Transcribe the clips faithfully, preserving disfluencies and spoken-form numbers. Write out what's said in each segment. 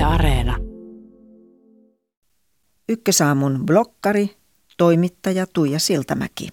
Areena. Ykkösaamun blokkari, toimittaja Tuija Siltamäki.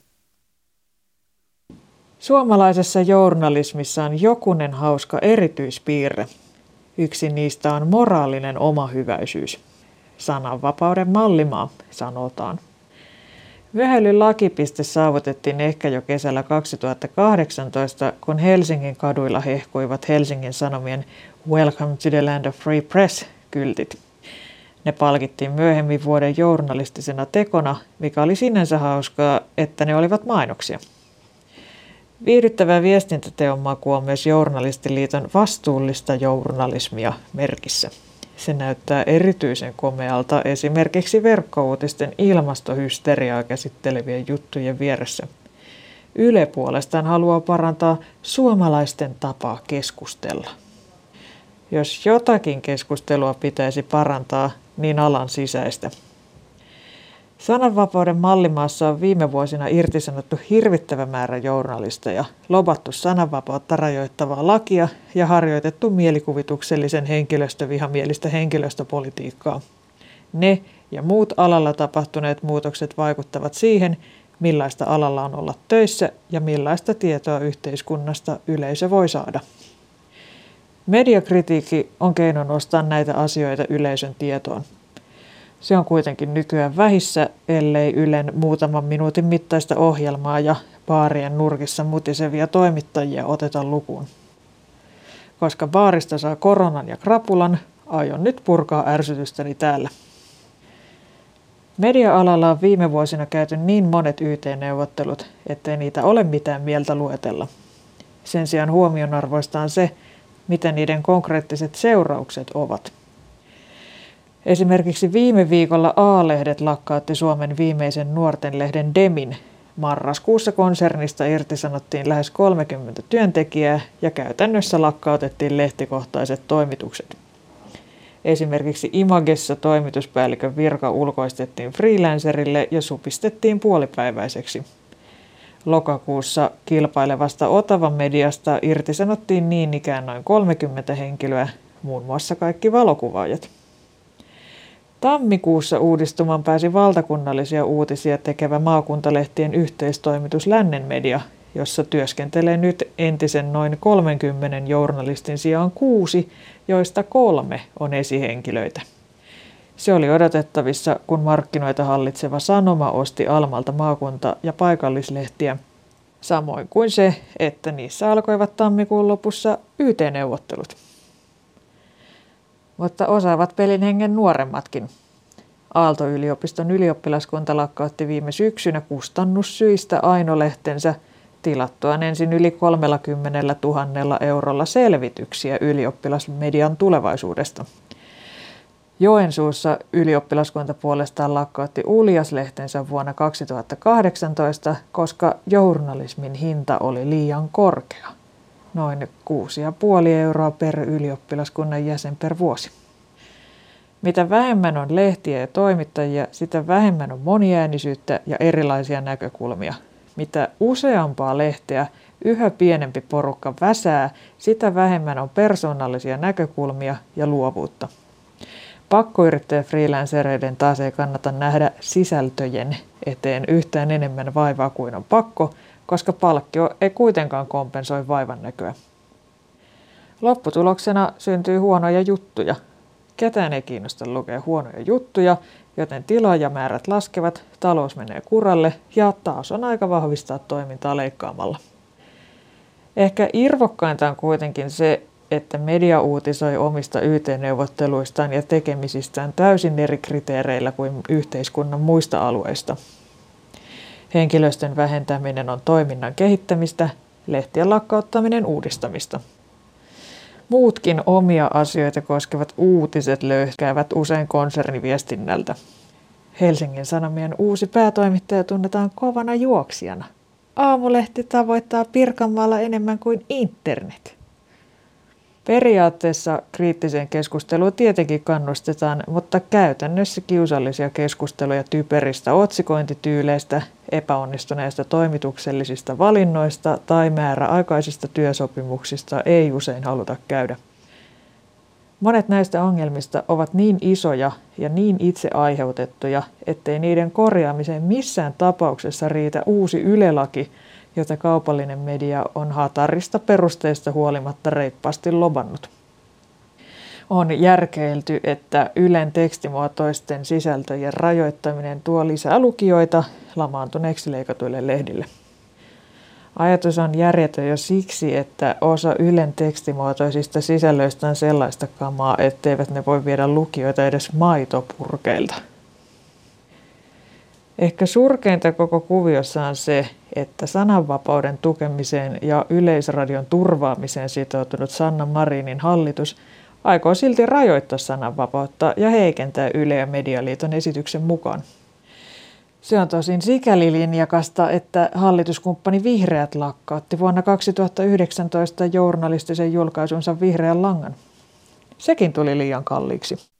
Suomalaisessa journalismissa on jokunen hauska erityispiirre. Yksi niistä on moraalinen omahyväisyys. Sananvapauden mallimaa, sanotaan. Vyöhälyn lakipiste saavutettiin ehkä jo kesällä kaksituhattakahdeksantoista, kun Helsingin kaduilla hehkuivat Helsingin Sanomien Welcome to the Land of Free Press -kyltit. Ne palkittiin myöhemmin vuoden journalistisena tekona, mikä oli sinänsä hauskaa, että ne olivat mainoksia. Viihdyttävä viestintäteon maku on myös Journalistiliiton vastuullista journalismia merkissä. Se näyttää erityisen komealta esimerkiksi verkkouutisten ilmastohysteriaa käsittelevien juttujen vieressä. Yle puolestaan haluaa parantaa suomalaisten tapaa keskustella. Jos jotakin keskustelua pitäisi parantaa, niin alan sisäistä. Sananvapauden mallimaassa on viime vuosina irtisanottu hirvittävä määrä journalisteja, lobattu sananvapautta rajoittavaa lakia ja harjoitettu mielikuvituksellisen henkilöstövihamielistä henkilöstöpolitiikkaa. Ne ja muut alalla tapahtuneet muutokset vaikuttavat siihen, millaista alalla on olla töissä ja millaista tietoa yhteiskunnasta yleisö voi saada. Mediakritiikki on keino nostaa näitä asioita yleisön tietoon. Se on kuitenkin nykyään vähissä, ellei Ylen muutaman minuutin mittaista ohjelmaa ja baarien nurkissa mutisevia toimittajia oteta lukuun. Koska baarista saa koronan ja krapulan, aion nyt purkaa ärsytystäni täällä. Media-alalla on viime vuosina käyty niin monet Y T-neuvottelut, ettei niitä ole mitään mieltä luetella. Sen sijaan huomionarvoista on se, mitä niiden konkreettiset seuraukset ovat. Esimerkiksi viime viikolla A-lehdet lakkautti Suomen viimeisen nuorten lehden Demin. Marraskuussa konsernista irtisanottiin lähes kolmekymmentä työntekijää ja käytännössä lakkautettiin lehtikohtaiset toimitukset. Esimerkiksi Imagessa toimituspäällikön virka ulkoistettiin freelancerille ja supistettiin puolipäiväiseksi. Lokakuussa kilpailevasta Otavan mediasta irtisanottiin niin ikään noin kolmekymmentä henkilöä, muun muassa kaikki valokuvaajat. Tammikuussa uudistumaan pääsi valtakunnallisia uutisia tekevä maakuntalehtien yhteistoimitus Lännen Media, jossa työskentelee nyt entisen noin kolmenkymmenen journalistin sijaan kuusi, joista kolme on esihenkilöitä. Se oli odotettavissa, kun markkinoita hallitseva Sanoma osti Almalta maakunta- ja paikallislehtiä, samoin kuin se, että niissä alkoivat tammikuun lopussa Y T-neuvottelut. Mutta osaavat pelin hengen nuoremmatkin. Aalto-yliopiston ylioppilaskunta lakkautti viime syksynä kustannussyistä Aino-lehtensä tilattuaan ensin yli kolmellakymmenellätuhannella eurolla selvityksiä ylioppilasmedian tulevaisuudesta. Joensuussa ylioppilaskunta puolestaan lakkautti Uljas-lehtensä vuonna kaksituhattakahdeksantoista, koska journalismin hinta oli liian korkea. Noin kuusi pilkku viisi euroa per ylioppilaskunnan jäsen per vuosi. Mitä vähemmän on lehtiä ja toimittajia, sitä vähemmän on moniäänisyyttä ja erilaisia näkökulmia. Mitä useampaa lehteä yhä pienempi porukka väsää, sitä vähemmän on persoonallisia näkökulmia ja luovuutta. Pakkoyrittäjä freelancereiden taas ei kannata nähdä sisältöjen eteen yhtään enemmän vaivaa kuin on pakko, koska palkkio ei kuitenkaan kompensoi vaivan näköä. Lopputuloksena syntyy huonoja juttuja. Ketään ei kiinnosta lukea huonoja juttuja, joten tilaajamäärät laskevat, talous menee kuralle ja taas on aika vahvistaa toimintaa leikkaamalla. Ehkä irvokkainta on kuitenkin se, että media uutisoi omista Y T-neuvotteluistaan ja tekemisistään täysin eri kriteereillä kuin yhteiskunnan muista alueista. Henkilöstön vähentäminen on toiminnan kehittämistä, lehtien lakkauttaminen uudistamista. Muutkin omia asioita koskevat uutiset löyhkäävät usein konserniviestinnältä. Helsingin Sanomien uusi päätoimittaja tunnetaan kovana juoksijana. Aamulehti tavoittaa Pirkanmaalla enemmän kuin internet. Periaatteessa kriittiseen keskusteluun tietenkin kannustetaan, mutta käytännössä kiusallisia keskusteluja typeristä otsikointityyleistä, epäonnistuneista toimituksellisista valinnoista tai määräaikaisista työsopimuksista ei usein haluta käydä. Monet näistä ongelmista ovat niin isoja ja niin itse aiheutettuja, ettei niiden korjaamiseen missään tapauksessa riitä uusi Yle-laki, jota kaupallinen media on hatarista perusteista huolimatta reippaasti lobannut. On järkeilty, että Ylen tekstimuotoisten sisältöjen rajoittaminen tuo lisää lukijoita lamaantuneeksi leikatuille lehdille. Ajatus on järjetön jo siksi, että osa Ylen tekstimuotoisista sisällöistä on sellaista kamaa, etteivät ne voi viedä lukijoita edes maitopurkeilta. Ehkä surkeinta koko kuviossa on se, että sananvapauden tukemiseen ja Yleisradion turvaamiseen sitoutunut Sanna Marinin hallitus aikoo silti rajoittaa sananvapautta ja heikentää Yle- ja Medialiiton esityksen mukaan. Se on tosin sikäli linjakasta, että hallituskumppani Vihreät lakkautti vuonna kaksituhattayhdeksäntoista journalistisen julkaisunsa Vihreän langan. Sekin tuli liian kalliiksi.